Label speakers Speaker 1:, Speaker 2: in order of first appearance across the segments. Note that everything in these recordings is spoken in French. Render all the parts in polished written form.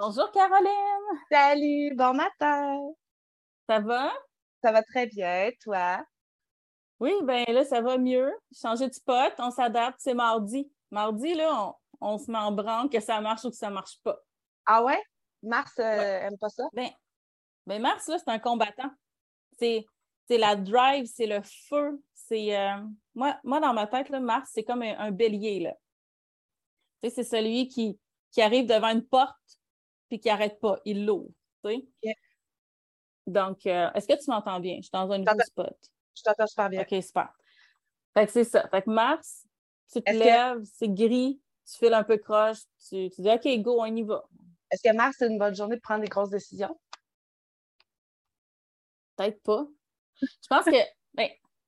Speaker 1: Bonjour Caroline,
Speaker 2: Salut, bon matin.
Speaker 1: ça va?
Speaker 2: Ça va très bien, toi?
Speaker 1: Oui, ben là, ça va mieux. Changer de spot, on s'adapte, c'est mardi. Mardi, là, on se met en branle que ça marche ou que ça marche pas.
Speaker 2: Ah ouais? Mars
Speaker 1: Ouais.
Speaker 2: aime pas ça?
Speaker 1: Ben, Mars, là, c'est un combattant. C'est, c'est la drive, c'est le feu. Moi, dans ma tête, là, Mars, c'est comme un bélier, là. Tu sais, c'est celui qui arrive devant une porte puis qui n'arrête pas, il l'ouvre. Tu sais?
Speaker 2: Ok.
Speaker 1: Donc, est-ce que tu m'entends bien? Je suis dans un
Speaker 2: Je
Speaker 1: nouveau
Speaker 2: t'entends
Speaker 1: spot.
Speaker 2: je t'entends super bien.
Speaker 1: OK, super. Fait que c'est ça. Fait que Mars, tu te
Speaker 2: Est-ce que,
Speaker 1: lèves, c'est gris, tu files un peu croche, tu dis OK, go, on y va.
Speaker 2: est-ce que Mars, c'est une bonne journée pour prendre des grosses décisions?
Speaker 1: Peut-être pas. Je pense que ben,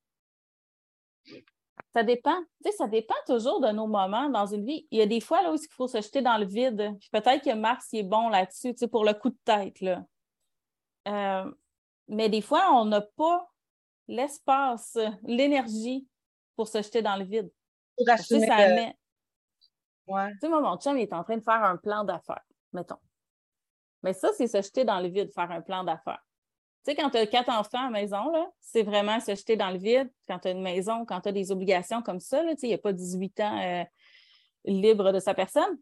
Speaker 1: ça dépend. Tu sais, ça dépend toujours de nos moments dans une vie. Il y a des fois là où il faut se jeter dans le vide. Puis peut-être que Mars il est bon là-dessus, tu sais, pour le coup de tête. Là. Euh, mais des fois, on n'a pas l'espace, l'énergie pour se jeter dans le vide.
Speaker 2: Pour
Speaker 1: Tu sais,
Speaker 2: assumer
Speaker 1: ça
Speaker 2: le.
Speaker 1: met.
Speaker 2: Ouais.
Speaker 1: Tu sais, moi, mon chum, il est en train de faire un plan d'affaires, mettons. Mais ça, c'est se jeter dans le vide, faire un plan d'affaires. Tu sais, quand tu as 4 enfants à la maison, là, c'est vraiment se jeter dans le vide. Quand tu as une maison, quand tu as des obligations comme ça, là, il n'y a pas 18 ans libre de sa personne.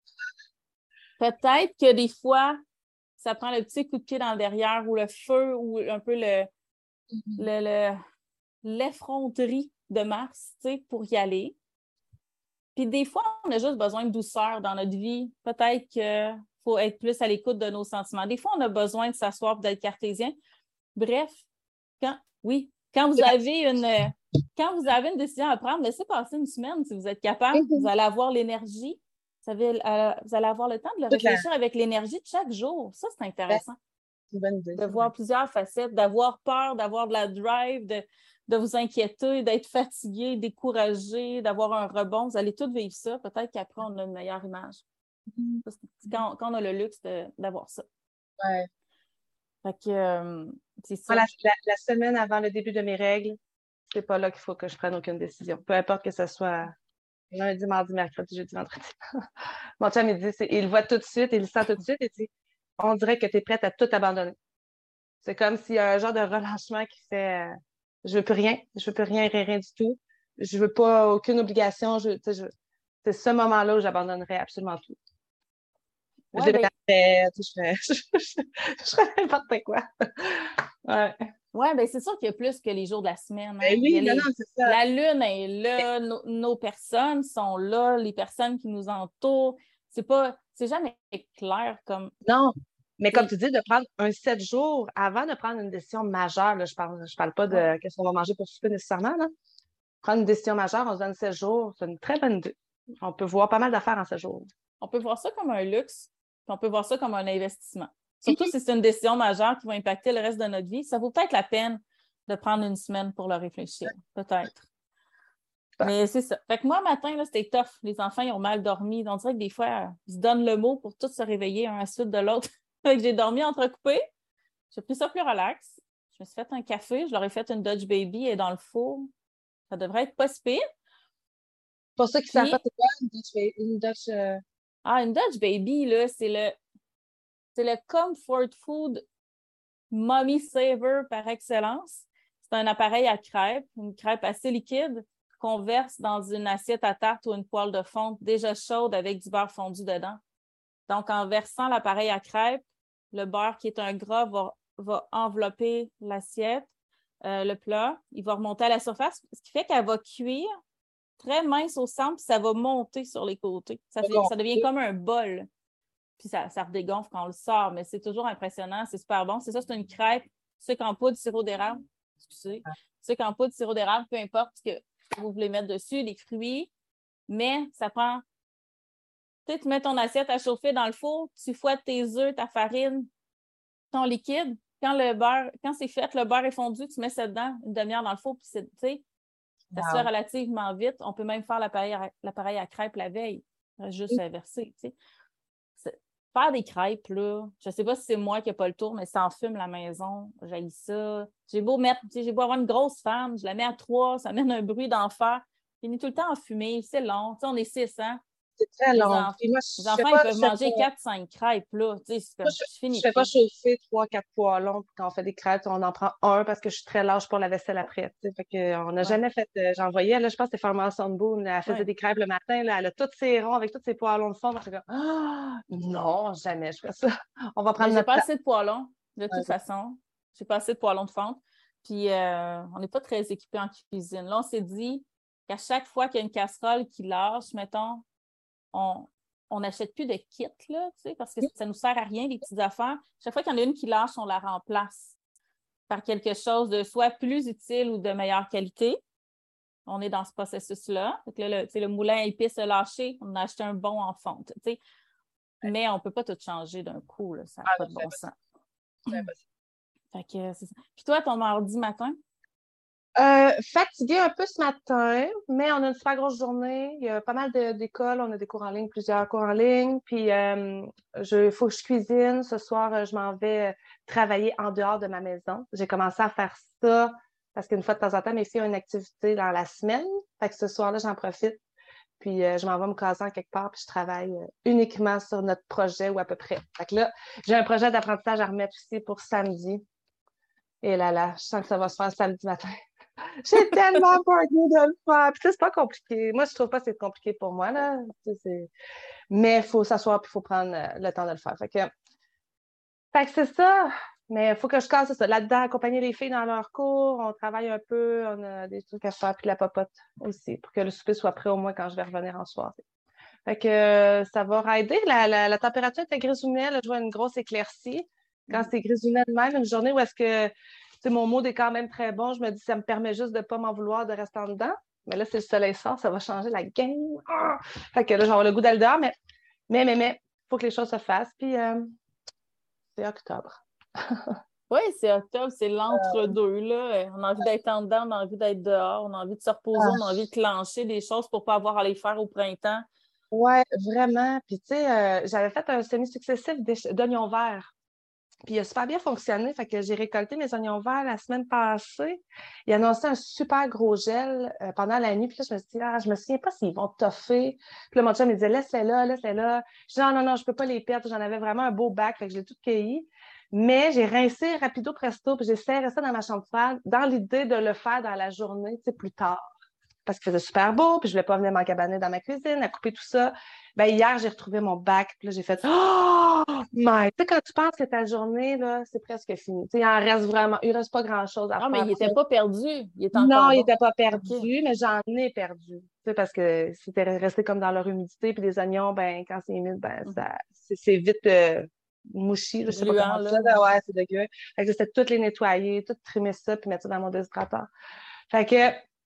Speaker 1: Peut-être que des fois, ça prend le petit coup de pied dans le derrière ou le feu ou un peu
Speaker 2: Mhm.
Speaker 1: le- l'effronterie de Mars, pour y aller. Puis des fois, on a juste besoin de douceur dans notre vie. Peut-être qu'il faut être plus à l'écoute de nos sentiments. Des fois, on a besoin de s'asseoir et d'être cartésien. Bref, oui, quand vous avez une décision à prendre, laissez passer une semaine si vous êtes capable. Vous
Speaker 2: Mhm.
Speaker 1: allez avoir l'énergie. Vous allez avoir le temps de le
Speaker 2: Toute la.
Speaker 1: réfléchir avec l'énergie de chaque jour. Ça, c'est
Speaker 2: Ouais,
Speaker 1: intéressant.
Speaker 2: c'est une bonne idée,
Speaker 1: De
Speaker 2: c'est vrai.
Speaker 1: voir plusieurs facettes, d'avoir peur, d'avoir de la drive, de vous inquiéter, d'être fatigué, découragé, d'avoir un rebond. Vous allez tous vivre ça. Peut-être qu'après, on a une meilleure image.
Speaker 2: Mhm.
Speaker 1: Quand on a le luxe d'avoir ça.
Speaker 2: Ouais.
Speaker 1: Fait que, c'est
Speaker 2: Moi,
Speaker 1: ça.
Speaker 2: la semaine avant le début de mes règles, c'est pas là qu'il faut que je prenne aucune décision. Peu importe que ce soit lundi, mardi, mercredi, jeudi, vendredi. Mon chum, il dit, il le voit tout de suite, il le sent tout de suite, il dit, on dirait que tu es prête à tout abandonner. C'est comme s'il y a un genre de relâchement qui fait je veux plus rien, je veux plus rien, rien, rien du tout. Je veux pas aucune obligation. C'est ce moment-là où j'abandonnerais absolument tout. Je
Speaker 1: Ouais, ben,
Speaker 2: déménagerais, tu sais, je ferais n'importe quoi. Ouais.
Speaker 1: Ouais, ben c'est sûr qu'il y a plus que les jours de la semaine.
Speaker 2: Ben
Speaker 1: Hein. Il y a
Speaker 2: oui, non, non, c'est ça.
Speaker 1: La Lune est là, nos personnes sont là, les personnes qui nous entourent. C'est jamais clair comme.
Speaker 2: Non. Mais comme
Speaker 1: c'est-
Speaker 2: tu dis, de prendre un 7 jours avant de prendre une décision majeure, là, je parle pas
Speaker 1: Ouais.
Speaker 2: de qu'est-ce qu'on va manger pour souper nécessairement, là. Prendre une décision majeure, on se donne 7 jours, c'est une très bonne idée. On peut voir pas mal d'affaires en 7 jours.
Speaker 1: On peut voir ça comme un luxe, puis on peut voir ça comme un investissement. Surtout
Speaker 2: Mhm.
Speaker 1: si c'est une décision majeure qui va impacter le reste de notre vie. Ça vaut peut-être la peine de prendre une semaine pour le réfléchir. Peut-être. Mais c'est ça. Fait que moi, matin, là, c'était tough. Les enfants, ils ont mal dormi. On dirait que des fois, ils se donnent le mot pour tous se réveiller un à la suite de l'autre. Fait que j'ai dormi entrecoupé. J'ai pris ça plus relax. Je me suis fait un café. Je leur ai fait une Dutch Baby et dans le four. Ça devrait être pas si pire.
Speaker 2: Pour ceux qui ne savent pas,
Speaker 1: Puis,
Speaker 2: c'est quoi une Dutch
Speaker 1: une Dutch Baby, là, c'est le comfort food mommy saver par excellence. C'est un appareil à crêpes, une crêpe assez liquide qu'on verse dans une assiette à tarte ou une poêle de fonte déjà chaude avec du beurre fondu dedans. Donc, en versant l'appareil à crêpes, le beurre qui est un gras va envelopper l'assiette, le plat. Il va remonter à la surface, ce qui fait qu'elle va cuire très mince au centre, puis ça va monter sur les côtés. Ça devient comme un bol. Puis ça redégonfle quand on le sort, mais c'est toujours impressionnant, c'est super bon. C'est ça, c'est une crêpe, sucre en poudre, sirop d'érable. Excusez. Sucre en poudre, sirop d'érable, peu importe ce que vous voulez mettre dessus, des fruits. Mais ça prend. Tu mets ton assiette à chauffer dans le four, tu fouettes tes œufs, ta farine, ton liquide. Quand c'est fait, le beurre est fondu, tu mets ça dedans, une demi-heure dans le four, puis ça se fait
Speaker 2: Wow.
Speaker 1: relativement vite. On peut même faire l'appareil à crêpes la veille, juste à verser. Faire des crêpes, là, je ne sais pas si c'est moi qui n'ai pas le tour, mais ça enfume la maison. J'haïs ça. J'ai beau avoir une grosse fan, je la mets à 3, ça mène un bruit d'enfer. Finis tout le temps en fumée, c'est long. On est 6, hein?
Speaker 2: C'est très
Speaker 1: Les,
Speaker 2: long.
Speaker 1: enf-
Speaker 2: Puis moi,
Speaker 1: les enfants, ils peuvent manger 4-5 crêpes, là. Tu sais, c'est
Speaker 2: moi,
Speaker 1: comme, je
Speaker 2: je
Speaker 1: finis
Speaker 2: fais pas
Speaker 1: plus.
Speaker 2: chauffer 3, 4 poêlons. Puis quand on fait des crêpes, on en prend un parce que je suis très lâche pour la vaisselle après. Tu sais. Fait que, on n'a
Speaker 1: Ouais,
Speaker 2: jamais fait. J'en voyais, là, je pense que c'était Formation de Boone. Elle faisait
Speaker 1: ouais.
Speaker 2: des crêpes le matin. Là, elle a tous ses ronds avec tous ses poêlons de fond. Moi, j'étais comme, non, jamais je fais ça. On va
Speaker 1: Mais
Speaker 2: prendre
Speaker 1: j'ai
Speaker 2: notre
Speaker 1: pas
Speaker 2: temps.
Speaker 1: assez de poêlons, de
Speaker 2: Ouais,
Speaker 1: toute façon. J'ai pas assez de poêlons de fonte. Puis, on n'est pas très équipés en cuisine. Là, on s'est dit qu'à chaque fois qu'il y a une casserole qui lâche, mettons, on n'achète plus de kit, là, tu sais, parce que ça nous sert à rien, les petites affaires. Chaque fois qu'il y en a une qui lâche, on la remplace par quelque chose de soit plus utile ou de meilleure qualité. On est dans ce processus-là. Donc là, le moulin à épices a lâché, on a acheté un bon en fonte. Tu sais. Mais on ne peut pas tout changer d'un coup, là, ça n'a
Speaker 2: ah,
Speaker 1: pas
Speaker 2: non,
Speaker 1: de
Speaker 2: c'est
Speaker 1: bon
Speaker 2: impossible.
Speaker 1: sens.
Speaker 2: C'est impossible.
Speaker 1: Fait que, c'est ça. Puis toi, ton mardi matin?
Speaker 2: Fatiguée un peu ce matin, mais on a une super grosse journée. Il y a pas mal d'écoles. On a des cours en ligne, plusieurs cours en ligne. Puis, faut que je cuisine. Ce soir, je m'en vais travailler en dehors de ma maison. J'ai commencé à faire ça parce qu'une fois de temps en temps, mes filles ont une activité dans la semaine. Fait que ce soir-là, j'en profite. Puis, je m'en vais me caser en quelque part. Puis, je travaille uniquement sur notre projet ou à peu près. Fait que là, j'ai un projet d'apprentissage à remettre aussi pour samedi. Et là, je sens que ça va se faire samedi matin. J'ai tellement peur de le faire. Puis, tu sais, c'est pas compliqué. Moi, je trouve pas que c'est compliqué pour moi, là. Tu sais, mais il faut s'asseoir puis il faut prendre le temps de le faire. Fait que c'est ça. Mais il faut que je casse ça. Là-dedans, accompagner les filles dans leurs cours, on travaille un peu, on a des trucs à faire, puis la popote aussi, pour que le souper soit prêt au moins quand je vais revenir en soirée. Fait que ça va rider. La température était grisounet. Là, je vois une grosse éclaircie. Quand c'est grisounet de même, une journée où est-ce que mon mood est quand même très bon, je me dis ça me permet juste de ne pas m'en vouloir de rester en dedans. Mais là, si le soleil sort, ça va changer la game. Ah! Fait que là, j'aurai le goût d'aller dehors, mais, il faut que les choses se fassent. Puis c'est octobre.
Speaker 1: Oui, c'est octobre, c'est l'entre-deux, là. On a envie d'être en dedans, on a envie d'être dehors, on a envie de se reposer, on a envie de clencher des choses pour ne pas avoir à les faire au printemps.
Speaker 2: Ouais, vraiment. Puis tu sais, j'avais fait un semi-successif d'oignons verts. Puis il a super bien fonctionné. Fait que j'ai récolté mes oignons verts la semaine passée. Il a annoncé un super gros gel pendant la nuit. Puis là, je me suis dit, je me souviens pas s'ils vont toffer. Puis là, mon chum me disait, laisse-les là, laisse-les là. Je dis, non, non, non, je peux pas les perdre. J'en avais vraiment un beau bac. Fait que je l'ai tout cueilli. Mais j'ai rincé rapido presto. Puis j'ai serré ça dans ma chambre froide dans l'idée de le faire dans la journée, tu sais, plus tard parce qu'il faisait super beau, puis je voulais pas venir m'encabaner dans ma cuisine, à couper tout ça. Ben, hier, j'ai retrouvé mon bac, puis là, j'ai fait Oh! My! Tu sais, quand tu penses que ta journée, là, c'est presque fini. Tu sais, il reste pas grand-chose à
Speaker 1: Non, mais
Speaker 2: faire.
Speaker 1: il n'était pas perdu, il est
Speaker 2: Non,
Speaker 1: encore
Speaker 2: il
Speaker 1: bon.
Speaker 2: était pas
Speaker 1: OK.
Speaker 2: perdu, mais j'en ai perdu. Tu sais, parce que c'était resté comme dans leur humidité, puis les oignons, ben, quand c'est humide, ben,
Speaker 1: Mhm.
Speaker 2: c'est vite mouchi, là, je sais pas comment
Speaker 1: Gluant,
Speaker 2: dire.
Speaker 1: là.
Speaker 2: Là, ouais, c'est dégueu. Fait que j'essaie de toutes les nettoyer, tout trimer ça, puis mettre ça dans mon déshydrateur. Fait que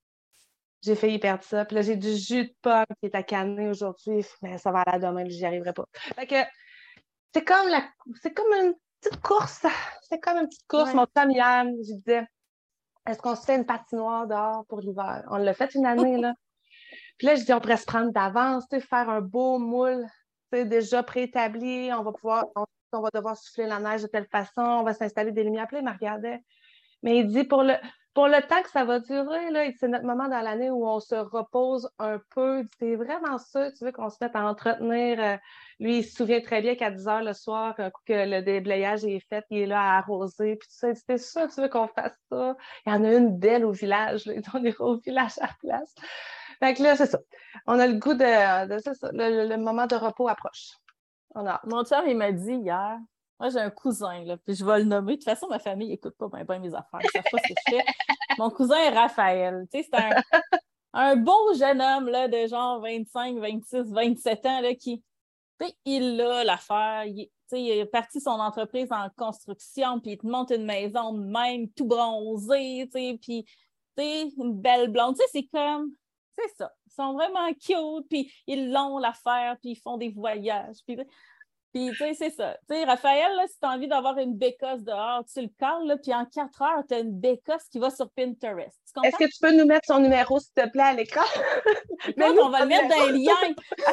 Speaker 2: j'ai failli perdre ça. Puis là, j'ai du jus de pomme qui est à canner aujourd'hui, mais ça va aller à demain, j'y arriverai pas. Fait que c'est comme c'est comme une petite course. C'est comme une petite course.
Speaker 1: Ouais.
Speaker 2: Mon chum hier, je disais, est-ce qu'on se fait une patinoire dehors pour l'hiver? On l'a fait une année, là. Puis là, je dis, on pourrait se prendre d'avance, tu sais, faire un beau moule, tu sais, déjà préétabli. On va devoir souffler la neige de telle façon, on va s'installer des lumières. Puis là, il me regardait. Mais il dit pour le temps que ça va durer, là, c'est notre moment dans l'année où on se repose un peu. C'est vraiment ça, tu veux qu'on se mette à entretenir. Lui, il se souvient très bien qu'à 10 heures le soir, un coup que le déblayage est fait, il est là à arroser. Puis tout ça, c'était ça, tu veux qu'on fasse ça. Il y en a une belle au village, là. On ira au village à la place. Fait que là, c'est ça. On a le goût de c'est ça. Le moment de repos approche. On a hâte.
Speaker 1: Mon chum, il m'a dit hier, moi j'ai un cousin, là, puis je vais le nommer. De toute façon, ma famille n'écoute pas bien mes affaires, ils ne savent pas ce que je fais. Mon cousin est Raphaël. Tu sais, c'est un beau jeune homme là, de genre 25, 26, 27 ans là, qui, tu sais, il a l'affaire. Tu sais, il a parti son entreprise en construction, puis il te monte une maison de même, tout bronzé, tu sais, puis tu sais, une belle blonde. Tu sais, c'est comme, c'est ça. Ils sont vraiment cute, puis ils l'ont l'affaire, puis ils font des voyages. Puis, tu sais, c'est ça. Tu sais, Raphaël, là, si tu as envie d'avoir une bécosse dehors, tu le cales, là, puis en 4 heures, tu as une bécosse qui va sur Pinterest. Tu
Speaker 2: Est-ce
Speaker 1: comprends?
Speaker 2: que tu peux nous mettre son numéro, s'il te plaît, à l'écran?
Speaker 1: Écoute,
Speaker 2: Mets-nous
Speaker 1: on va
Speaker 2: son
Speaker 1: le mettre dans
Speaker 2: numéro.
Speaker 1: les liens.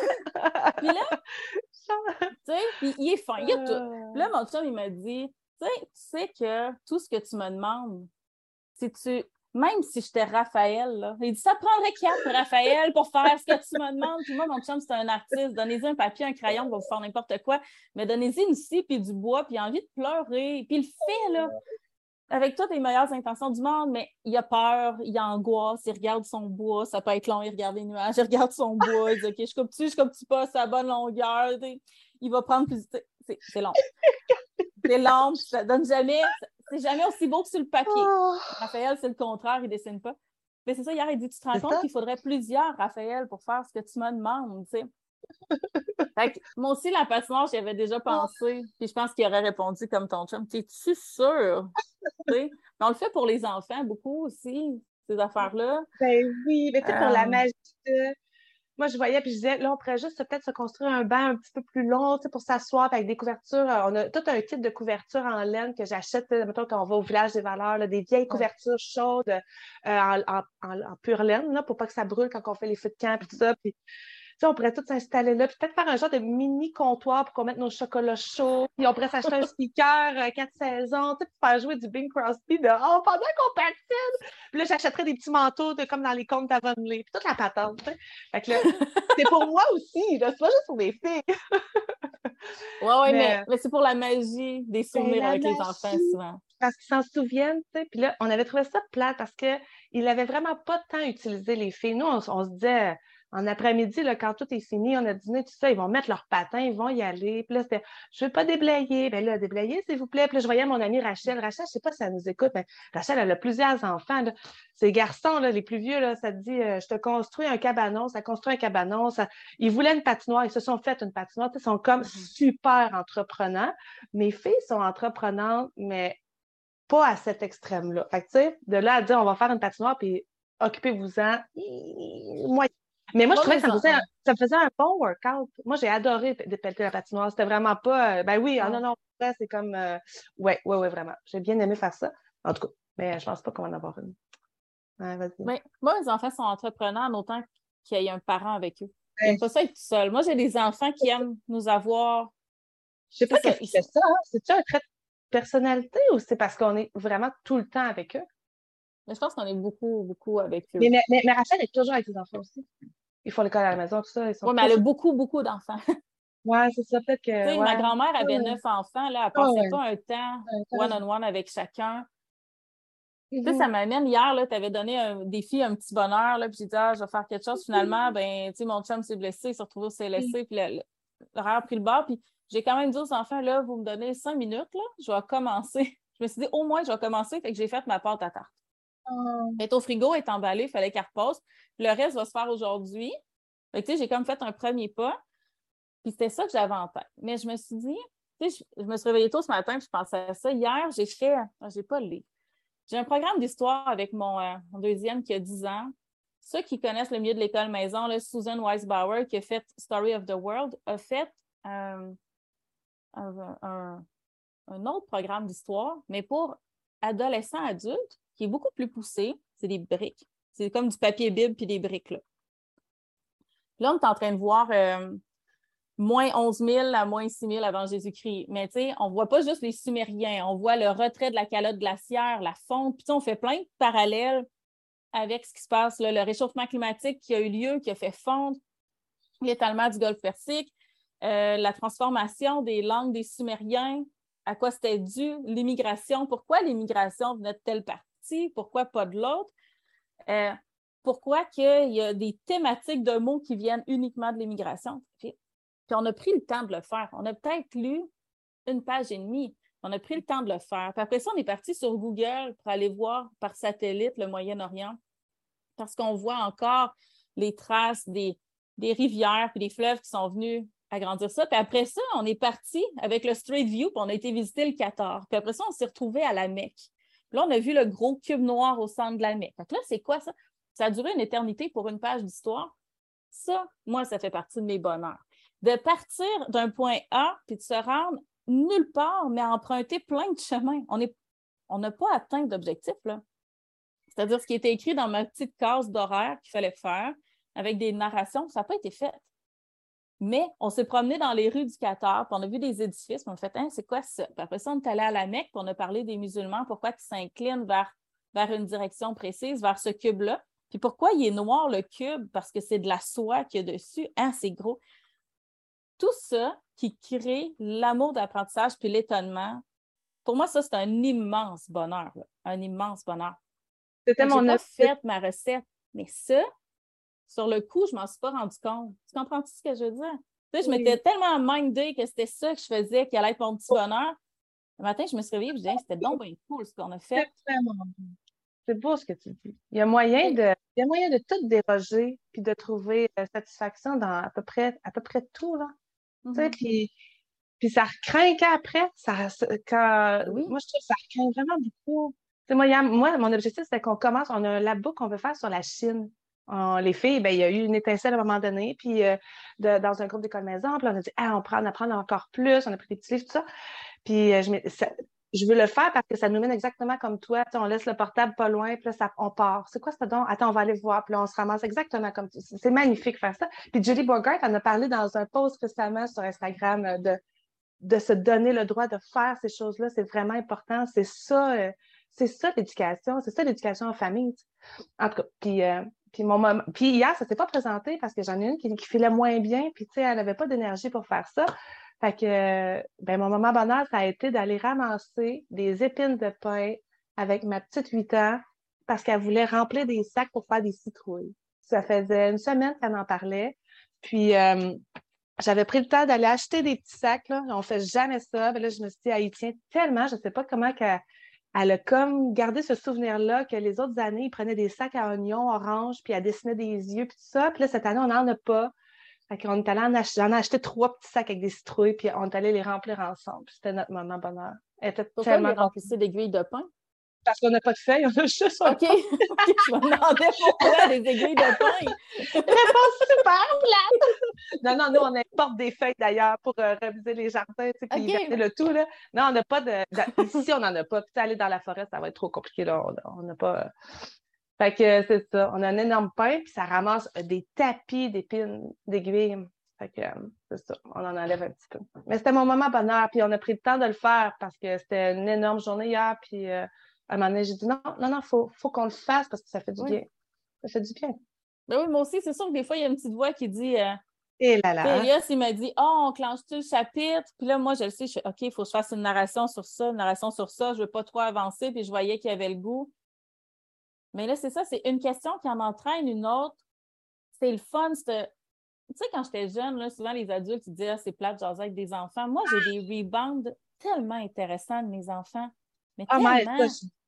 Speaker 1: Puis là, tu sais, puis il est fin, il y a tout. Puis là, mon chum, il m'a dit, tu sais que tout ce que tu me demandes, si tu même si j'étais Raphaël, là, il dit, ça prendrait 4, Raphaël, pour faire ce que tu me demandes. Puis moi, mon chum, c'est un artiste. Donnez-y un papier, un crayon, il va vous faire n'importe quoi. Mais donnez-y une scie, puis du bois, puis il a envie de pleurer. Puis il le fait, là, avec toutes les meilleures intentions du monde, mais il a peur, il a angoisse, il regarde son bois, ça peut être long, il regarde les nuages, il regarde son bois, il dit, OK, je coupe-tu pas, c'est à bonne longueur. Il va prendre plus... C'est long. C'est long, puis ça donne jamais... C'est jamais aussi beau que sur le papier.
Speaker 2: Oh.
Speaker 1: Raphaël, c'est le contraire, il dessine pas. Mais c'est ça, hier, il dit, tu te rends
Speaker 2: C'est
Speaker 1: compte
Speaker 2: ça?
Speaker 1: qu'il faudrait plusieurs Raphaël pour faire ce que tu me demandes, tu sais. Fait que, moi aussi, la patinoire, j'y avais déjà pensé. Puis je pense qu'il aurait répondu comme ton chum. T'es-tu sûr? Mais on le fait pour les enfants beaucoup aussi, ces affaires-là.
Speaker 2: Ben oui, mais tu sais, pour la
Speaker 1: Euh,
Speaker 2: magie, moi, je voyais, puis je disais, là, on pourrait juste peut-être se construire un banc un petit peu plus long, tu sais, pour s'asseoir, puis avec des couvertures. On a tout un kit de couvertures en laine que j'achète, mettons, quand on va au village des valeurs, là, des vieilles
Speaker 1: ouais.
Speaker 2: couvertures chaudes en pure laine, là, pour pas que ça brûle quand on fait les feux de camp, puis tout ça. Puis sais, on pourrait tous s'installer là, puis peut-être faire un genre de mini comptoir pour qu'on mette nos chocolats chauds, puis on pourrait s'acheter un speaker 4 saisons, tu sais, pour faire jouer du Bing Crosby dehors pendant qu'on patine. Puis là, j'achèterais des petits manteaux comme dans les contes d'Avonlea, puis toute la patente, tu sais. Fait que là, c'est pour moi aussi, là, c'est pas juste pour mes filles.
Speaker 1: Ouais,
Speaker 2: Mais
Speaker 1: mais c'est pour la magie des
Speaker 2: ben,
Speaker 1: souvenirs
Speaker 2: la
Speaker 1: avec les enfants,
Speaker 2: magie,
Speaker 1: souvent.
Speaker 2: parce qu'ils s'en souviennent, tu sais. Puis là, on avait trouvé ça plate parce qu'ils n'avaient vraiment pas de temps à utiliser les filles. Nous, on se disait, en après-midi, là, quand tout est fini, on a dîné, tout ça, ils vont mettre leurs patins, ils vont y aller. Puis là, c'était, je veux pas déblayer. Ben là, déblayer, s'il vous plaît. Puis là, je voyais mon amie Rachel. Rachel, je sais pas si elle nous écoute, mais Rachel, elle a plusieurs enfants, là. Ces garçons, là, les plus vieux, là, ça te dit, je te construis un cabanon, ça construit un cabanon. Ils voulaient une patinoire, ils se sont fait une patinoire. Ils sont comme super entreprenants. Mes filles sont entreprenantes, mais pas à cet extrême-là. Fait que, tu sais, de là à dire, on va faire une patinoire, puis occupez-vous-en, moi. Mais moi, je
Speaker 1: Moi,
Speaker 2: trouvais que
Speaker 1: mes enfants.
Speaker 2: ça me faisait un bon workout. Moi, j'ai adoré pelleter la patinoire. C'était vraiment pas, ben oui, ah
Speaker 1: Ouais.
Speaker 2: non, non, ça, c'est comme, ouais, vraiment. J'ai bien aimé faire ça. En tout cas, mais je pense pas qu'on va en avoir une. Ouais, vas-y.
Speaker 1: Mais moi, mes enfants sont entrepreneurs en autant qu'il y ait un parent avec eux. Ils
Speaker 2: Ouais.
Speaker 1: n'aiment pas ça être tout seul. Moi, j'ai des enfants qui aiment nous avoir.
Speaker 2: Je sais pas
Speaker 1: C'est ça.
Speaker 2: qu'est-ce qui fait ça, hein? C'est-tu un trait de personnalité ou c'est parce qu'on est vraiment tout le temps avec eux?
Speaker 1: Mais je pense qu'on est beaucoup, beaucoup avec
Speaker 2: Mais,
Speaker 1: eux.
Speaker 2: mais, mais, mais Rachel est toujours avec ses enfants aussi. Ils font l'école à la maison, tout ça. Ils sont
Speaker 1: Oui, mais elle a
Speaker 2: toujours.
Speaker 1: beaucoup, beaucoup d'enfants.
Speaker 2: Ouais, c'est ça, peut-être
Speaker 1: Tu
Speaker 2: que.
Speaker 1: sais, ma
Speaker 2: Ouais.
Speaker 1: grand-mère
Speaker 2: Ah
Speaker 1: avait
Speaker 2: ouais.
Speaker 1: 9 enfants, là, elle
Speaker 2: Ah
Speaker 1: passait
Speaker 2: ouais.
Speaker 1: pas un temps
Speaker 2: Ouais, t'as raison.
Speaker 1: one-on-one avec chacun. Tu sais, ça
Speaker 2: Mhm.
Speaker 1: m'amène hier, là, tu avais donné un défi, un petit bonheur, là, puis j'ai dit, ah, je vais faire quelque chose. Finalement, ben, tu sais, mon chum s'est blessé, il s'est retrouvé au CLSC, puis l'horaire a pris le bord, puis j'ai quand même dit aux enfants, là, vous me donnez 5 minutes, là, je vais commencer. Je me suis dit, au moins, je vais commencer, fait que j'ai fait ma pâte à tarte.
Speaker 2: Oh.
Speaker 1: Elle est au frigo, elle est emballée, il fallait qu'elle repose. Le reste va se faire aujourd'hui. Fait que, tu sais, j'ai comme fait un premier pas, puis c'était ça que j'avais en tête. Mais je me suis dit, tu sais, je me suis réveillée tôt ce matin, puis je pensais à ça. Hier, j'ai pas le livre. J'ai un programme d'histoire avec mon deuxième qui a 10 ans. Ceux qui connaissent le milieu de l'école maison, là, Susan Weisbauer, qui a fait Story of the World, a fait un, un- un autre programme d'histoire, mais pour adolescents adultes, qui est beaucoup plus poussé. C'est des briques. C'est comme du papier Bible puis des briques. Là, on est en train de voir moins 11 000 à moins 6 000 avant Jésus-Christ. Mais tu sais, on ne voit pas juste les Sumériens, on voit le retrait de la calotte glaciaire, la fonte, puis on fait plein de parallèles avec ce qui se passe, là, le réchauffement climatique qui a eu lieu, qui a fait fondre l'étalement du Golfe Persique, la transformation des langues des Sumériens, à quoi c'était dû, l'immigration, pourquoi l'immigration venait de telle partie, pourquoi pas de l'autre, pourquoi qu'il y a des thématiques de mots qui viennent uniquement de l'immigration. Puis on a pris le temps de le faire. On a peut-être lu 1 page et demie. On a pris le temps de le faire. Puis après ça, on est parti sur Google pour aller voir par satellite le Moyen-Orient parce qu'on voit encore les traces des rivières puis des fleuves qui sont venus agrandir ça. Puis après ça, on est parti avec le Street View puis on a été visiter le Qatar. Puis après ça, on s'est retrouvé à la Mecque. Puis là, on a vu le gros cube noir au centre de la Mecque. Fait que là, c'est quoi ça? Ça a duré une éternité pour 1 page d'histoire. Ça, moi, ça fait partie de mes bonheurs. De partir d'un point A puis de se rendre nulle part, mais emprunter plein de chemins. On n'a pas atteint d'objectif, là. C'est-à-dire ce qui était écrit dans ma petite case d'horaire qu'il fallait faire avec des narrations, ça n'a pas été fait. Mais on s'est promené dans les rues du Qatar, puis on a vu des édifices, puis on a fait, hein, c'est quoi ça? Puis après ça, on est allé à la Mecque, puis on a parlé des musulmans, pourquoi ils s'inclinent vers vers une direction précise, vers ce cube-là. Puis pourquoi il est noir, le cube? Parce que c'est de la soie qu'il y a dessus. Hein, c'est gros. Tout ça qui crée l'amour d'apprentissage puis l'étonnement, pour moi, ça, c'est un immense bonheur. Là. Un immense bonheur.
Speaker 2: C'était
Speaker 1: Je n'ai pas
Speaker 2: mon
Speaker 1: fait ma recette, mais ça, sur le coup, je ne m'en suis pas rendu compte. Tu comprends-tu ce que je veux dire? Tu sais, je m'étais tellement mindée que c'était ça que je faisais, qui allait être mon petit bonheur. Le matin, je me suis réveillée et je me disais, c'était donc bien cool ce qu'on a fait.
Speaker 2: C'est vraiment beau. C'est beau ce que tu dis. Il y a moyen de tout déroger puis de trouver satisfaction dans à peu près tout, là. Tu sais, puis ça recrinque après.
Speaker 1: Oui.
Speaker 2: Moi, je trouve que ça recrinque vraiment beaucoup. Tu sais, moi, mon objectif, c'était qu'on commence. On a un labo qu'on veut faire sur la Chine. Les filles, ben, il y a eu une étincelle à un moment donné, puis dans un groupe d'école maison, puis on a dit, ah, on prend en apprendre encore plus, on a pris des petits livres, tout ça. Puis je veux le faire parce que ça nous mène exactement comme toi. Tu sais, on laisse le portable pas loin, puis là, on part. C'est quoi ça donc? Attends, on va aller voir. Puis là, on se ramasse exactement comme ça. C'est magnifique faire ça. Puis Julie Bogart en a parlé dans un post récemment sur Instagram de se donner le droit de faire ces choses-là. C'est vraiment important. C'est ça l'éducation. C'est ça l'éducation en famille. Tu sais. En tout cas, puis hier, ça s'est pas présenté parce que j'en ai une qui filait moins bien, puis tu sais, elle n'avait pas d'énergie pour faire ça. Fait que, ben, mon moment bonheur, ça a été d'aller ramasser des épines de pain avec ma petite 8 ans parce qu'elle voulait remplir des sacs pour faire des citrouilles. Ça faisait une semaine qu'elle en parlait. Puis, j'avais pris le temps d'aller acheter des petits sacs, là. On fait jamais ça. Ben là, je me suis dit, elle y tient tellement. Je sais pas comment elle a comme gardé ce souvenir-là que les autres années, ils prenaient des sacs à oignons orange, puis elle dessinait des yeux, puis tout ça. Puis là, cette année, on n'en a pas. Fait qu'on est allé j'en ai acheté 3 petits sacs avec des citrouilles, puis on est allé les remplir ensemble. Puis c'était notre moment bonheur. Elle était
Speaker 1: Pourquoi
Speaker 2: tellement
Speaker 1: il
Speaker 2: contente.
Speaker 1: remplissait d'aiguilles de pain?
Speaker 2: Parce qu'on n'a pas de feuilles, on a juste un
Speaker 1: OK. Je me demandais pourquoi des aiguilles de pain.
Speaker 2: réponse super plate! Non, non, nous, on importe des feuilles d'ailleurs pour reviser les jardins, tu sais, puis
Speaker 1: OK.
Speaker 2: le tout, là. Non, on n'a pas ici, on n'en a pas. Puis aller dans la forêt, ça va être trop compliqué, là. On n'a pas. Fait que c'est ça. On a un énorme pain, puis ça ramasse des tapis d'épines, d'aiguilles. Fait que c'est ça. On en enlève un petit peu. Mais c'était mon moment bonheur, puis on a pris le temps de le faire parce que c'était une énorme journée hier, puis à un moment donné, j'ai dit non, non, non, faut qu'on le fasse parce que ça fait du bien. Ça fait du bien.
Speaker 1: Ben oui, moi aussi, c'est sûr que des fois, il y a une petite voix qui dit
Speaker 2: Et là
Speaker 1: tu sais,
Speaker 2: là, hein?
Speaker 1: Elias, il m'a dit oh, on clenche-tu le chapitre? Puis là, moi, je le sais, je fais OK, il faut que je fasse une narration sur ça, une narration sur ça, je veux pas trop avancer, puis je voyais qu'il y avait le goût. Mais là, c'est ça, c'est une question qui en entraîne une autre. C'est le fun. Tu sais, quand j'étais jeune, là, souvent les adultes ils disaient ah, c'est plate, jaser avec des enfants. Moi, j'ai des rebounds tellement intéressants de mes enfants. Mais
Speaker 2: Ah, mais
Speaker 1: tellement.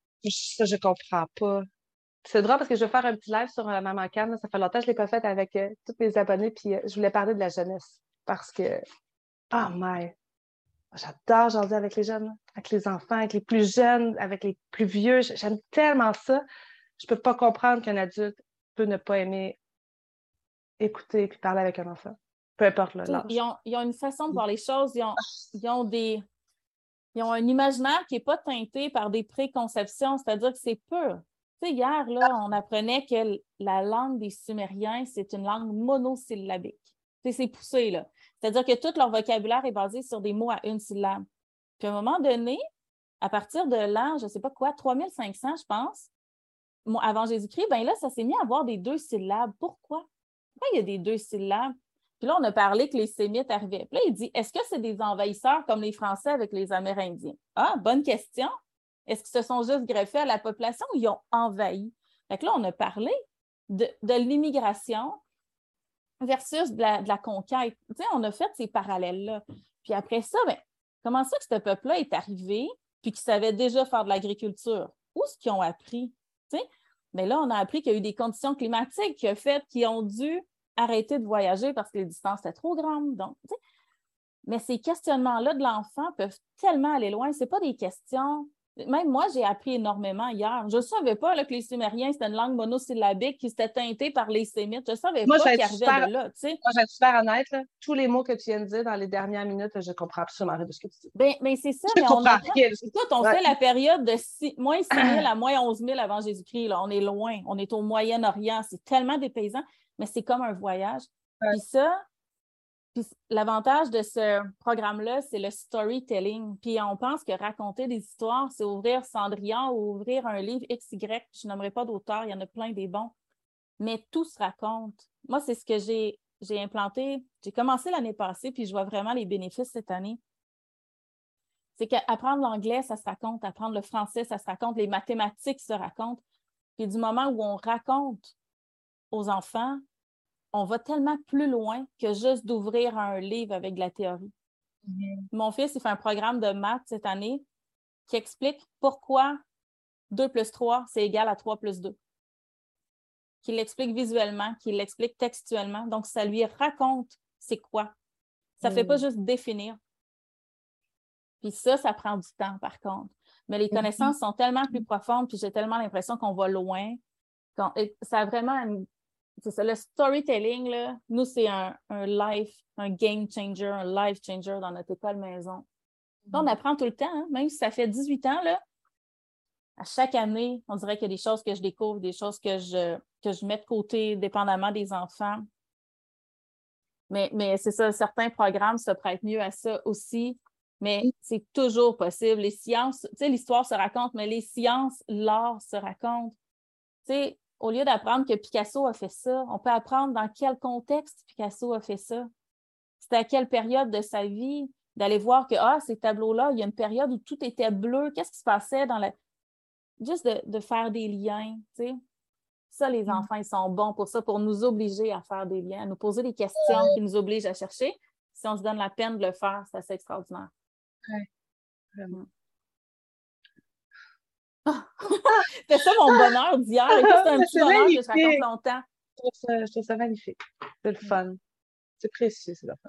Speaker 2: je comprends pas. C'est drôle parce que je vais faire un petit live sur Maman Cam. Là. Ça fait longtemps que je ne l'ai pas fait avec tous mes abonnés. Puis je voulais parler de la jeunesse. Parce que, oh my, j'adore jaser avec les jeunes, là. Avec les enfants, avec les plus jeunes, avec les plus vieux. J'aime tellement ça. Je peux pas comprendre qu'un adulte peut ne pas aimer écouter puis parler avec un enfant. Peu importe
Speaker 1: Ils
Speaker 2: l'âge.
Speaker 1: ont une façon de voir les choses. Ils ont un imaginaire qui n'est pas teinté par des préconceptions, c'est-à-dire que c'est pur. Tu sais, hier, là, on apprenait que la langue des Sumériens, c'est une langue monosyllabique. Tu sais, c'est poussé, là. C'est-à-dire que tout leur vocabulaire est basé sur des mots à une syllabe. Puis à un moment donné, à partir de l'an, je ne sais pas quoi, 3500, je pense, avant Jésus-Christ, ben là, ça s'est mis à avoir des 2 syllabes. Pourquoi? Pourquoi il y a des 2 syllabes? Puis là, on a parlé que les Sémites arrivaient. Puis là, il dit, est-ce que c'est des envahisseurs comme les Français avec les Amérindiens? Ah, bonne question. Est-ce qu'ils se sont juste greffés à la population ou ils ont envahi? Fait que là, on a parlé de l'immigration versus de la conquête. Tu sais, on a fait ces parallèles-là. Puis après ça, ben, comment ça que ce peuple-là est arrivé puis qu'ils savaient déjà faire de l'agriculture? Où est-ce qu'ils ont appris? Tu sais? Mais là, on a appris qu'il y a eu des conditions climatiques qui ont fait qu'ils ont dû arrêter de voyager parce que les distances étaient trop grandes. Donc, tu sais, mais ces questionnements-là de l'enfant peuvent tellement aller loin. Ce pas des questions. Même moi, j'ai appris énormément hier. Je ne savais pas là, que les Sumériens, c'était une langue monosyllabique qui s'était teintée par les Sémites. Je ne savais
Speaker 2: Moi, je
Speaker 1: pas
Speaker 2: vais
Speaker 1: qu'ils
Speaker 2: être super,
Speaker 1: arrivaient de là. Tu sais.
Speaker 2: moi, je vais être super honnête, là. Tous les mots que tu viens de dire dans les dernières minutes, je comprends absolument rien de ce que tu dis.
Speaker 1: Ben, c'est ça,
Speaker 2: Je
Speaker 1: mais on
Speaker 2: comprends
Speaker 1: apprend.
Speaker 2: rien de ce que tu
Speaker 1: Écoute,
Speaker 2: dis.
Speaker 1: on
Speaker 2: Ouais.
Speaker 1: fait la période de moins 6 000 à moins 11 000 avant Jésus-Christ. Là. On est loin. On est au Moyen-Orient. C'est tellement dépaysant, mais c'est comme un voyage.
Speaker 2: Ouais.
Speaker 1: Puis ça, Puis l'avantage de ce programme-là, c'est le storytelling. Puis on pense que raconter des histoires, c'est ouvrir Cendrillon ou ouvrir un livre XY. Je nommerai pas d'auteur, il y en a plein des bons. Mais tout se raconte. Moi, c'est ce que j'ai implanté. J'ai commencé l'année passée, puis je vois vraiment les bénéfices cette année. C'est qu'apprendre l'anglais, ça se raconte. Apprendre le français, ça se raconte. Les mathématiques se racontent. Puis du moment où on raconte aux enfants, on va tellement plus loin que juste d'ouvrir un livre avec de la théorie. Mon fils, il fait un programme de maths cette année qui explique pourquoi 2 plus 3, c'est égal à 3 plus 2. Qu'il l'explique visuellement, qu'il l'explique textuellement. Donc, ça lui raconte c'est quoi. Ça ne fait pas juste définir. Puis ça prend du temps, par contre. Mais les connaissances sont tellement plus profondes, puis j'ai tellement l'impression qu'on va loin. Ça a vraiment c'est ça, le storytelling, là, nous, c'est un game changer, un life changer dans notre école maison. Là, on apprend tout le temps, hein? Même si ça fait 18 ans, là, à chaque année, on dirait qu'il y a des choses que je découvre, des choses que je mets de côté, dépendamment des enfants. Mais c'est ça, certains programmes se prêtent mieux à ça aussi, mais c'est toujours possible. Les sciences, tu sais, l'histoire se raconte, mais les sciences, l'art se raconte. Tu sais, au lieu d'apprendre que Picasso a fait ça, on peut apprendre dans quel contexte Picasso a fait ça. C'était à quelle période de sa vie, d'aller voir que, ces tableaux-là, il y a une période où tout était bleu. Qu'est-ce qui se passait dans la... Juste de faire des liens, tu sais. Ça, les enfants, ils sont bons pour ça, pour nous obliger à faire des liens, à nous poser des questions qui nous obligent à chercher. Si on se donne la peine de le faire, c'est assez extraordinaire.
Speaker 2: Oui, vraiment.
Speaker 1: C'était ça mon bonheur d'hier. Et c'est un petit bonheur que je raconte longtemps.
Speaker 2: Je trouve ça magnifique. C'est le fun. C'est précieux, c'est le fun.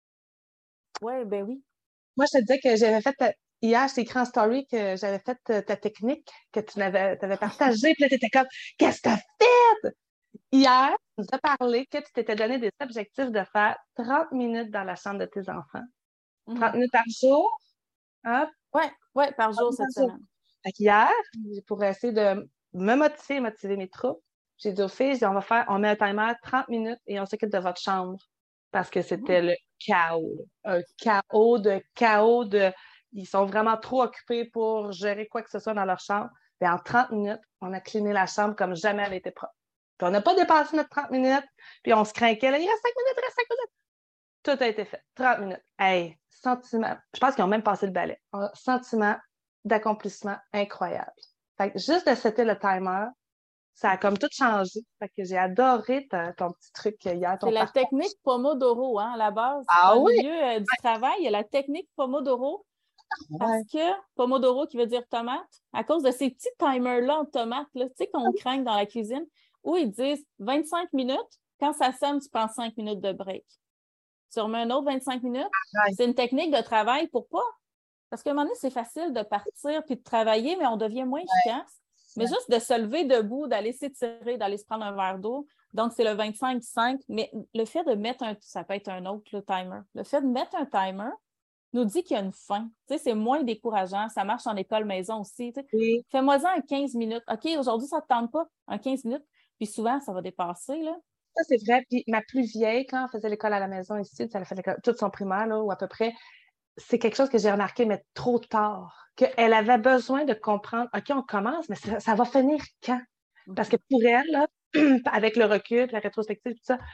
Speaker 1: Oui, ben oui.
Speaker 2: Moi, je te disais que j'avais fait, hier, je t'ai écrit en story que j'avais fait ta technique que tu avais partagée. Puis là, tu étais comme, qu'est-ce que tu as fait? Hier, tu nous as parlé que tu t'étais donné des objectifs de faire 30 minutes dans la chambre de tes enfants. 30 minutes par jour. Hein?
Speaker 1: Oui, par jour cette semaine.
Speaker 2: Fait qu'hier, pour essayer de me motiver et motiver mes troupes, j'ai dit aux filles, on met un timer 30 minutes et on s'occupe de votre chambre. Parce que c'était le chaos. Un chaos de... Ils sont vraiment trop occupés pour gérer quoi que ce soit dans leur chambre. Puis en 30 minutes, on a cleané la chambre comme jamais elle était propre. Puis on n'a pas dépassé notre 30 minutes, puis on se craquait. Là, il reste 5 minutes, il reste 5 minutes. Tout a été fait. 30 minutes. Hey, sentiment. Je pense qu'ils ont même passé le balai. Un sentiment d'accomplissement incroyable. Fait que juste de setter le timer, ça a comme tout changé. Fait que j'ai adoré ton petit truc hier.
Speaker 1: C'est la technique Pomodoro, hein, à la base.
Speaker 2: Ah
Speaker 1: Dans
Speaker 2: oui?
Speaker 1: le milieu du travail, il y a la technique Pomodoro. Parce que Pomodoro, qui veut dire tomate, à cause de ces petits timers-là en tomate, tu sais, qu'on craint dans la cuisine, où ils disent 25 minutes, quand ça sonne, tu prends 5 minutes de break. Tu remets un autre 25 minutes. C'est une technique de travail pour pas. Parce qu'à un moment donné, c'est facile de partir puis de travailler, mais on devient moins efficace. Mais juste de se lever debout, d'aller s'étirer, d'aller se prendre un verre d'eau. Donc, c'est le 25-5. Mais le fait de mettre ça peut être un autre, le timer. Le fait de mettre un timer nous dit qu'il y a une fin. Tu sais, c'est moins décourageant. Ça marche en école maison aussi. Tu sais.
Speaker 2: Oui.
Speaker 1: Fais-moi-en un 15 minutes. OK, aujourd'hui, ça ne te tente pas. Un 15 minutes. Puis souvent, ça va dépasser, là.
Speaker 2: Ça, c'est vrai. Puis ma plus vieille, quand elle faisait l'école à la maison ici, elle a fait toute son primaire, là, ou à peu près, c'est quelque chose que j'ai remarqué, mais trop tard. Qu'elle avait besoin de comprendre, OK, on commence, mais ça va finir quand? Parce que pour elle, là, avec le recul, la rétrospective, tout ça,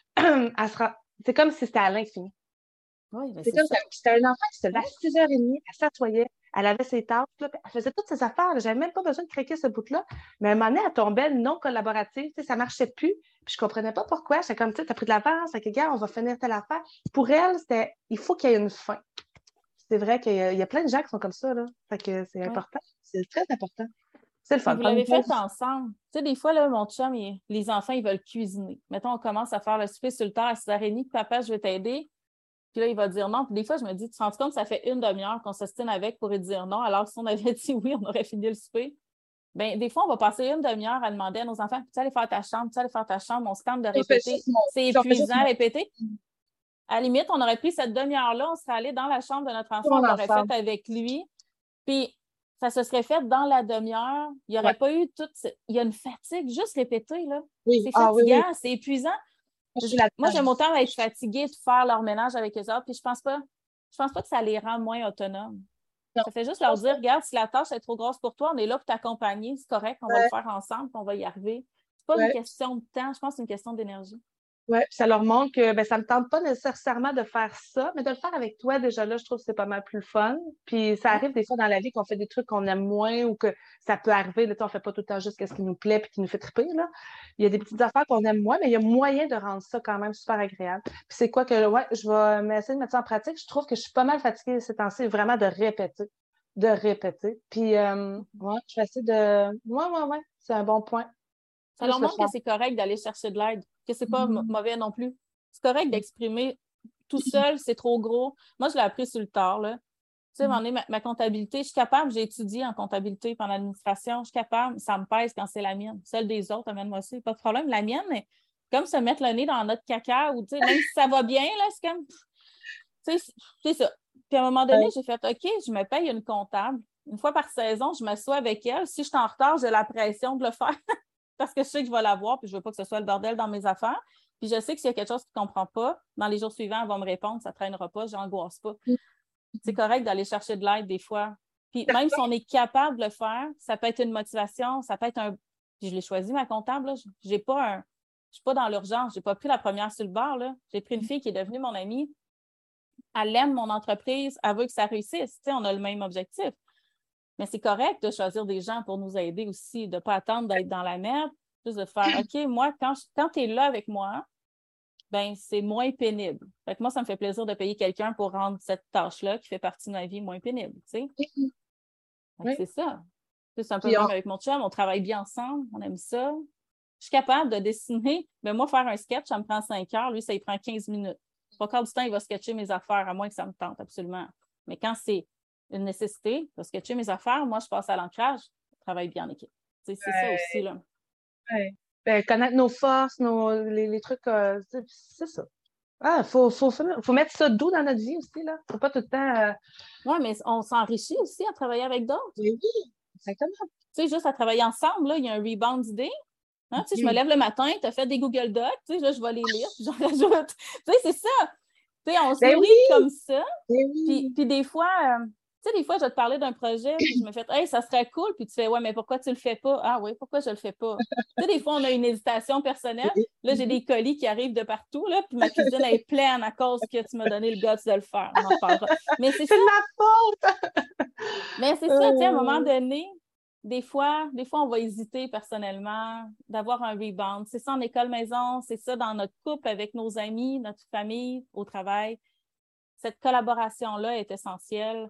Speaker 2: c'est comme si c'était à l'infini.
Speaker 1: Oui,
Speaker 2: c'est comme ça. C'était un enfant qui se levait à 6h30, elle s'assoyait, elle avait ses tâches, là, elle faisait toutes ses affaires. J'avais même pas besoin de craquer ce bout-là. Mais à un moment donné, elle tombait non collaborative, ça ne marchait plus. Puis je comprenais pas pourquoi. J'étais comme, tu as pris de l'avance, avec gars, on va finir telle affaire. Pour elle, il faut qu'il y ait une fin. C'est vrai qu'il y a plein de gens qui sont comme ça, là. Fait que c'est important. C'est très important. C'est le fun.
Speaker 1: Vous l'avez fait ensemble. Tu sais, des fois, là, mon chum, les enfants, ils veulent cuisiner. Mettons, on commence à faire le souper sur le tard à 6h30, papa, je vais t'aider. Puis là, il va dire non. Puis des fois, je me dis, tu te rends compte que ça fait une demi-heure qu'on s'ostine avec pour lui dire non, alors que si on avait dit oui, on aurait fini le souper. Bien, des fois, on va passer une demi-heure à demander à nos enfants, tu aller faire ta chambre, tu aller faire ta chambre, on se tente de répéter. C'est épuisant à répéter. À la limite, on aurait pris cette demi-heure-là, on serait allé dans la chambre de notre enfant, on l'aurait fait avec lui. Puis ça se serait fait dans la demi-heure. Il n'y aurait pas eu toute... Il y a une fatigue, juste répéter, là.
Speaker 2: Oui.
Speaker 1: C'est fatigant, c'est épuisant. Moi, j'aime autant être fatiguée de faire leur ménage avec eux autres, puis je pense pas que ça les rend moins autonomes.
Speaker 2: Non.
Speaker 1: Ça fait juste leur dire, regarde, si la tâche est trop grosse pour toi, on est là pour t'accompagner, c'est correct, on va le faire ensemble, puis on va y arriver. C'est pas une question de temps, je pense que c'est une question d'énergie.
Speaker 2: Oui, ça leur montre que ben, ça ne me tente pas nécessairement de faire ça, mais de le faire avec toi, déjà là, je trouve que c'est pas mal plus fun. Puis ça arrive des fois dans la vie qu'on fait des trucs qu'on aime moins ou que ça peut arriver. Là, on ne fait pas tout le temps juste ce qui nous plaît et qui nous fait triper. Là. Il y a des petites affaires qu'on aime moins, mais il y a moyen de rendre ça quand même super agréable. Puis c'est quoi que, ouais, je vais essayer de mettre ça en pratique. Je trouve que je suis pas mal fatiguée ces temps-ci, vraiment de répéter. De répéter. Puis, ouais, je vais essayer de. Ouais, c'est un bon point.
Speaker 1: Ça
Speaker 2: Plus
Speaker 1: leur
Speaker 2: le
Speaker 1: montre
Speaker 2: faire.
Speaker 1: que c'est correct d'aller chercher de l'aide, que c'est pas mauvais non plus. C'est correct d'exprimer tout seul, c'est trop gros. Moi, je l'ai appris sur le tard, là. Tu sais, à un moment donné, ma comptabilité, je suis capable, j'ai étudié en comptabilité pendant l'administration, je suis capable, ça me pèse quand c'est la mienne. Celle des autres, amène-moi ça, pas de problème. La mienne, mais comme se mettre le nez dans notre caca, ou tu sais, même si ça va bien, là, c'est comme, tu sais, c'est ça. Puis à un moment donné, j'ai fait, OK, je me paye une comptable. Une fois par saison, je m'assois avec elle. Si je suis en retard, j'ai la pression de le faire parce que je sais que je vais la voir, puis je veux pas que ce soit le bordel dans mes affaires. Puis je sais que s'il y a quelque chose qui ne comprend pas, dans les jours suivants, elle va me répondre, ça ne traînera pas, j'angoisse pas. C'est correct d'aller chercher de l'aide des fois. Puis même si on est capable de le faire, ça peut être une motivation, ça peut être un. Puis je l'ai choisi, ma comptable, là. J'ai pas un. Je suis pas dans l'urgence, j'ai pas pris la première sur le bord, là. J'ai pris une fille qui est devenue mon amie. Elle aime mon entreprise, elle veut que ça réussisse. Tu sais, on a le même objectif. Mais c'est correct de choisir des gens pour nous aider aussi, de ne pas attendre d'être dans la merde, juste de faire OK, moi, quand tu es là avec moi, ben c'est moins pénible. Fait que moi, ça me fait plaisir de payer quelqu'un pour rendre cette tâche-là qui fait partie de ma vie moins pénible. Tu sais?
Speaker 2: Oui.
Speaker 1: C'est ça. C'est un peu
Speaker 2: Puis
Speaker 1: même avec mon chum, on travaille bien ensemble, on aime ça. Je suis capable de dessiner, mais moi, faire un sketch, ça me prend 5 heures, lui, ça lui prend 15 minutes. Pas quart du temps, il va sketcher mes affaires, à moins que ça me tente, absolument. Mais quand c'est une nécessité, il va sketcher mes affaires, moi, je passe à l'ancrage, je travaille bien en équipe. C'est ça aussi, là.
Speaker 2: Ouais. Ben, connaître nos forces, les trucs, c'est ça. Ah, faut mettre ça doux dans notre vie aussi, là. Faut pas tout le temps.
Speaker 1: Oui, mais on s'enrichit aussi à travailler avec d'autres.
Speaker 2: Oui, exactement.
Speaker 1: Tu sais, juste à travailler ensemble, là, il y a un rebound d'idées. Hein? Tu sais, je me lève le matin, tu as fait des Google Docs, tu sais, là, je vais les lire, puis j'en rajoute. Tu sais, c'est ça. Tu sais, on se
Speaker 2: Ben
Speaker 1: nourrit
Speaker 2: oui,
Speaker 1: comme ça.
Speaker 2: ben
Speaker 1: Puis
Speaker 2: oui.
Speaker 1: des fois, tu sais, des fois, je vais te parler d'un projet, puis je me fais, hey, ça serait cool, puis tu fais, ouais, mais pourquoi tu le fais pas? Ah oui, pourquoi je le fais pas? Tu sais, des fois, on a une hésitation personnelle. Là, j'ai des colis qui arrivent de partout, là, puis ma cuisine est pleine à cause que tu m'as donné le guts de le faire. On en reparlera. Mais c'est
Speaker 2: C'est
Speaker 1: ça.
Speaker 2: de ma faute.
Speaker 1: Mais c'est ça, tu sais, à un moment donné, des fois, on va hésiter personnellement d'avoir un rebound. C'est ça en école maison, c'est ça dans notre couple avec nos amis, notre famille, au travail. Cette collaboration-là est essentielle.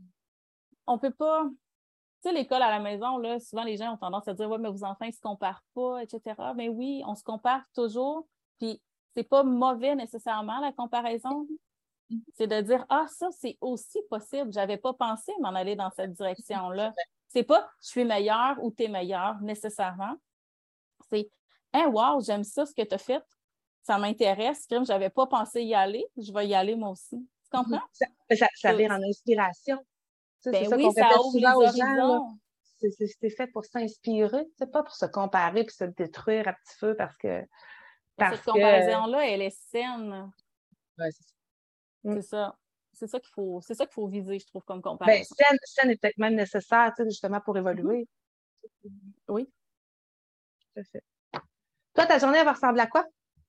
Speaker 1: On peut pas. Tu sais, l'école à la maison, là, souvent les gens ont tendance à dire ouais, mais vos enfants, ils ne se comparent pas, etc. Mais oui, on se compare toujours. Puis c'est pas mauvais nécessairement la comparaison. C'est de dire ah, ça, c'est aussi possible. J'avais pas pensé m'en aller dans cette direction-là. C'est pas je suis meilleure ou tu es meilleure nécessairement. C'est hey, wow, j'aime ça ce que tu as fait. Ça m'intéresse. Je n'avais pas pensé y aller. Je vais y aller moi aussi. Tu comprends?
Speaker 2: Ça vire en inspiration. Tu sais, c'est
Speaker 1: Ben
Speaker 2: ça
Speaker 1: oui,
Speaker 2: qu'on
Speaker 1: ça
Speaker 2: répète
Speaker 1: ouvre
Speaker 2: souvent
Speaker 1: les
Speaker 2: aux gens, là.
Speaker 1: horizons.
Speaker 2: C'est fait pour s'inspirer, c'est pas pour se comparer puis se détruire à petit feu
Speaker 1: Mais cette
Speaker 2: parce que
Speaker 1: comparaison-là, elle est saine.
Speaker 2: ouais, c'est ça.
Speaker 1: C'est ça. C'est ça qu'il faut viser, je trouve, comme
Speaker 2: Ben,
Speaker 1: comparaison.
Speaker 2: scène est peut-être même nécessaire, tu sais, justement, pour
Speaker 1: Mhm.
Speaker 2: évoluer.
Speaker 1: Oui.
Speaker 2: Tout à fait. Toi, ta journée, elle va ressembler à quoi?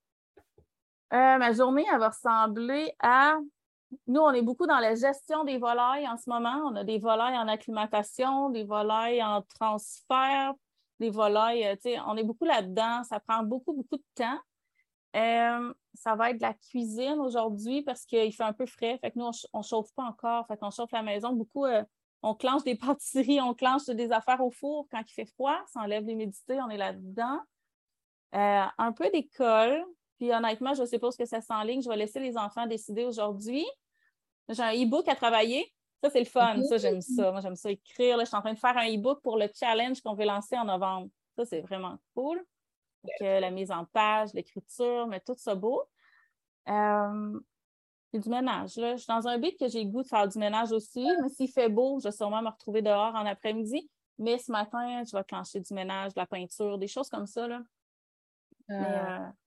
Speaker 1: Ma journée, elle va ressembler à. Nous, on est beaucoup dans la gestion des volailles en ce moment. On a des volailles en acclimatation, des volailles en transfert, des volailles, tu sais, on est beaucoup là-dedans. Ça prend beaucoup, beaucoup de temps. Ça va être de la cuisine aujourd'hui parce qu'il fait un peu frais. Fait que nous, on ne chauffe pas encore. Fait qu'on chauffe la maison. Beaucoup, on clenche des pâtisseries, on clenche des affaires au four quand il fait froid. Ça enlève l'humidité, on est là-dedans. Un peu d'école. Puis honnêtement, je ne sais pas ce que ça s'enligne. Je vais laisser les enfants décider aujourd'hui. J'ai un e-book à travailler. Ça, c'est le fun. Ça, j'aime ça. Moi, j'aime ça écrire. Là, je suis en train de faire un e-book pour le challenge qu'on veut lancer en novembre. Ça, c'est vraiment cool. Donc, la mise en page, l'écriture, mais tout ça beau. Puis du ménage. Là. Je suis dans un but que j'ai le goût de faire du ménage aussi. Mais s'il fait beau, je vais sûrement me retrouver dehors en après-midi. Mais ce matin, je vais clencher du ménage, de la peinture, des choses comme ça. Là. Mais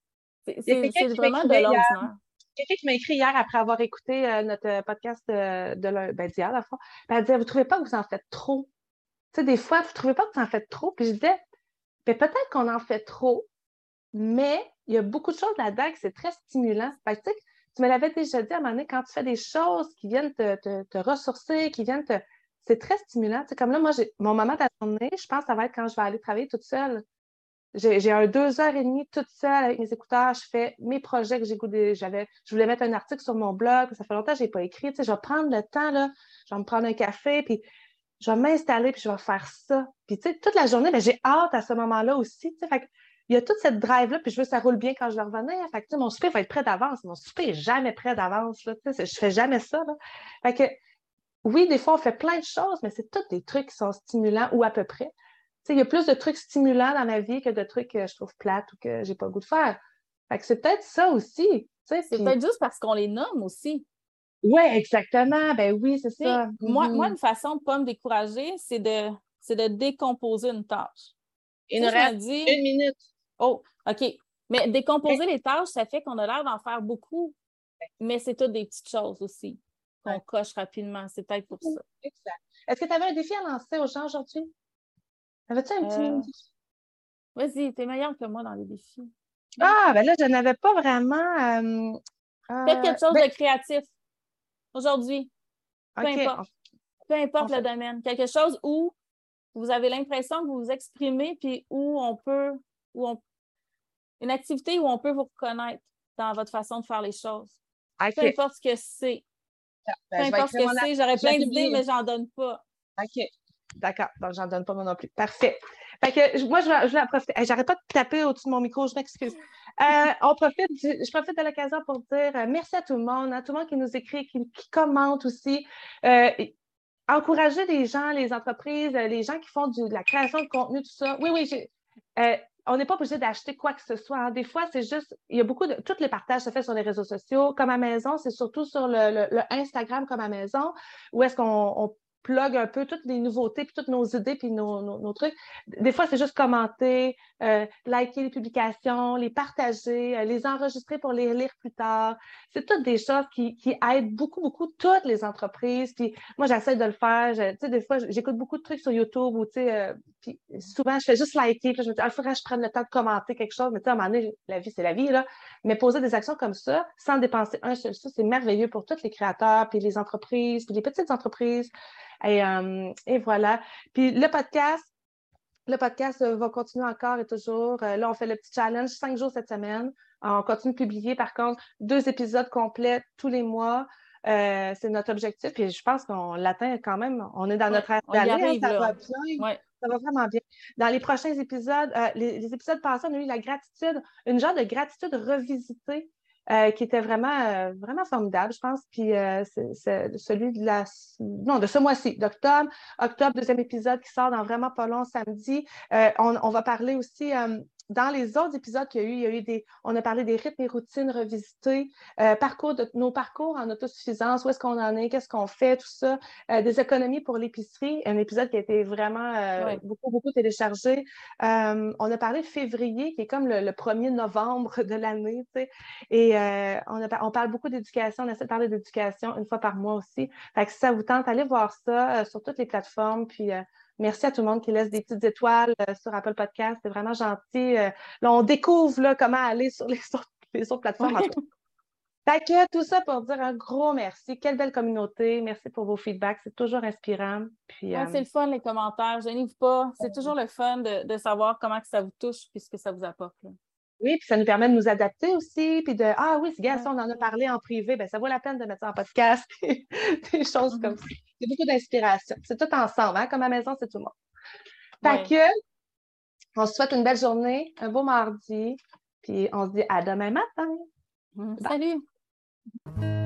Speaker 2: Il y a quelqu'un
Speaker 1: C'est
Speaker 2: qui
Speaker 1: vraiment de
Speaker 2: m'écrivait hier.
Speaker 1: l'ordinaire.
Speaker 2: Quelqu'un qui m'a écrit hier après avoir écouté notre podcast d'hier, à la fois. Elle disait, vous ne trouvez pas que vous en faites trop? Tu sais, des fois, vous ne trouvez pas que vous en faites trop? Puis je disais, ben, peut-être qu'on en fait trop, mais il y a beaucoup de choses là-dedans que c'est très stimulant. Fait que, tu sais, tu me l'avais déjà dit à un moment donné, quand tu fais des choses qui viennent te ressourcer, qui viennent te... C'est très stimulant. Tu sais, comme là, moi, mon moment de la journée, je pense que ça va être quand je vais aller travailler toute seule. J'ai un 2 heures et demie toute seule avec mes écouteurs. Je fais mes projets que je voulais mettre un article sur mon blog. Ça fait longtemps que je n'ai pas écrit. Tu sais, je vais prendre le temps, là. Je vais me prendre un café, puis je vais m'installer, puis je vais faire ça. Puis, tu sais, toute la journée, ben, j'ai hâte à ce moment-là aussi. Tu sais, fait que, il y a toute cette drive-là, puis je veux que ça roule bien quand je vais revenir. Fait que, tu sais, mon souper va être prêt d'avance. Mon souper n'est jamais prêt d'avance, là. Tu sais, je fais jamais ça, là. Fait que, oui, des fois, on fait plein de choses, mais c'est tous des trucs qui sont stimulants ou à peu près. Tu sais, il y a plus de trucs stimulants dans ma vie que de trucs que je trouve plates ou que j'ai pas le goût de faire. Fait que c'est peut-être ça aussi. Tu sais,
Speaker 1: C'est
Speaker 2: puis...
Speaker 1: peut-être juste parce qu'on les nomme aussi.
Speaker 2: Oui, exactement. Ben oui, c'est
Speaker 1: Tu sais,
Speaker 2: ça.
Speaker 1: moi, une façon de ne pas me décourager, c'est de décomposer une tâche.
Speaker 2: Il
Speaker 1: Tu
Speaker 2: nous
Speaker 1: sais, je me
Speaker 2: reste
Speaker 1: dis,
Speaker 2: 1 minute.
Speaker 1: oh, OK. Mais
Speaker 2: Ben,
Speaker 1: décomposer les tâches, ça fait qu'on a l'air d'en faire beaucoup, mais c'est toutes des petites choses aussi qu'on
Speaker 2: ouais.
Speaker 1: coche rapidement. C'est peut-être pour ça.
Speaker 2: Exact. Est-ce que tu avais un défi à lancer aux gens aujourd'hui? Avais-tu un petit mini
Speaker 1: Euh,
Speaker 2: défi?
Speaker 1: Vas-y, t'es meilleur que moi dans les défis.
Speaker 2: Ah, ben là, je n'avais pas vraiment.
Speaker 1: Faites quelque chose
Speaker 2: Ben,
Speaker 1: de créatif aujourd'hui, peu
Speaker 2: OK,
Speaker 1: importe. Peu
Speaker 2: on
Speaker 1: importe le
Speaker 2: fait.
Speaker 1: domaine. Quelque chose où vous avez l'impression que vous vous exprimez, puis où on, une activité où on peut vous reconnaître dans votre façon de faire les choses. Peu
Speaker 2: OK.
Speaker 1: importe ce que c'est. Peu
Speaker 2: Ben, je vais
Speaker 1: importe ce
Speaker 2: écrire
Speaker 1: que
Speaker 2: mon
Speaker 1: c'est.
Speaker 2: article.
Speaker 1: J'aurais
Speaker 2: Je vais
Speaker 1: plein d'idées,
Speaker 2: publier.
Speaker 1: mais j'en donne pas.
Speaker 2: OK. D'accord. Donc, j'en donne pas moi non plus. Parfait. Fait que moi, je vais en profiter. Hey, j'arrête pas de taper au-dessus de mon micro, je m'excuse. Je profite de l'occasion pour dire merci à tout le monde, à tout le monde qui nous écrit, qui commente aussi. Encourager les gens, les entreprises, les gens qui font de la création de contenu, tout ça. Oui, oui, on n'est pas obligé d'acheter quoi que ce soit, hein. Des fois, c'est juste, il y a beaucoup de, tous les partages se fait sur les réseaux sociaux. Comme à maison, c'est surtout sur le Instagram comme à maison, où est-ce qu'on plug un peu toutes les nouveautés, puis toutes nos idées, puis nos trucs. Des fois, c'est juste commenter, liker les publications, les partager, les enregistrer pour les lire plus tard. C'est toutes des choses qui aident beaucoup, beaucoup toutes les entreprises. Puis moi, j'essaie de le faire. Tu sais, des fois, j'écoute beaucoup de trucs sur YouTube où, tu sais, puis souvent, je fais juste liker. Puis je me dis, il faudrait que je prenne le temps de commenter quelque chose. Mais tu sais, à un moment donné, la vie, c'est la vie, là. Mais poser des actions comme ça, sans dépenser un seul sou, c'est merveilleux pour tous les créateurs, puis les entreprises, puis les petites entreprises. Et voilà. Puis le podcast va continuer encore et toujours. Là, on fait le petit challenge 5 jours cette semaine. On continue de publier, par contre, 2 épisodes complets tous les mois. C'est notre objectif. Et je pense qu'on l'atteint quand même. On est dans
Speaker 1: Oui,
Speaker 2: notre air
Speaker 1: on y
Speaker 2: d'aller, hein,
Speaker 1: arrive,
Speaker 2: ça va
Speaker 1: là.
Speaker 2: bien.
Speaker 1: Oui.
Speaker 2: Ça va vraiment bien. Dans les prochains épisodes, les épisodes passés, on a eu la gratitude, une genre de gratitude revisitée qui était vraiment, vraiment formidable, je pense. Puis c'est celui de ce mois-ci, d'octobre. Octobre, 2e épisode qui sort dans vraiment pas long samedi. On va parler aussi dans les autres épisodes qu'il y a eu, on a parlé des rythmes et routines revisités, nos parcours en autosuffisance, où est-ce qu'on en est, qu'est-ce qu'on fait, tout ça, des économies pour l'épicerie, un épisode qui a été vraiment
Speaker 1: Oui.
Speaker 2: beaucoup, beaucoup téléchargé. On a parlé de février, qui est comme le 1er novembre de l'année, tu sais, et on parle beaucoup d'éducation, on essaie de parler d'éducation 1 fois par mois aussi. Fait que si ça vous tente, allez voir ça sur toutes les plateformes, puis merci à tout le monde qui laisse des petites étoiles sur Apple Podcast. C'est vraiment gentil. Là, on découvre là, comment aller sur les autres plateformes.
Speaker 1: Oui.
Speaker 2: Fait que tout ça pour dire un gros merci. Quelle belle communauté. Merci pour vos feedbacks. C'est toujours inspirant. Puis,
Speaker 1: Ouais, c'est le fun, les commentaires. Gênez-vous pas. C'est toujours le fun de savoir comment que ça vous touche et ce que ça vous apporte, là.
Speaker 2: oui, puis ça nous permet de nous adapter aussi. Puis ah oui, gars,
Speaker 1: Ouais.
Speaker 2: ça, on en a parlé en privé. Ben, ça vaut la peine de mettre ça en podcast. Des choses comme ça. C'est beaucoup d'inspiration. C'est tout ensemble, hein? Comme à la maison, c'est tout le monde. Fait
Speaker 1: Ouais.
Speaker 2: que, on se souhaite une belle journée, un beau mardi. Puis on se dit à demain matin. Bye.
Speaker 1: Salut!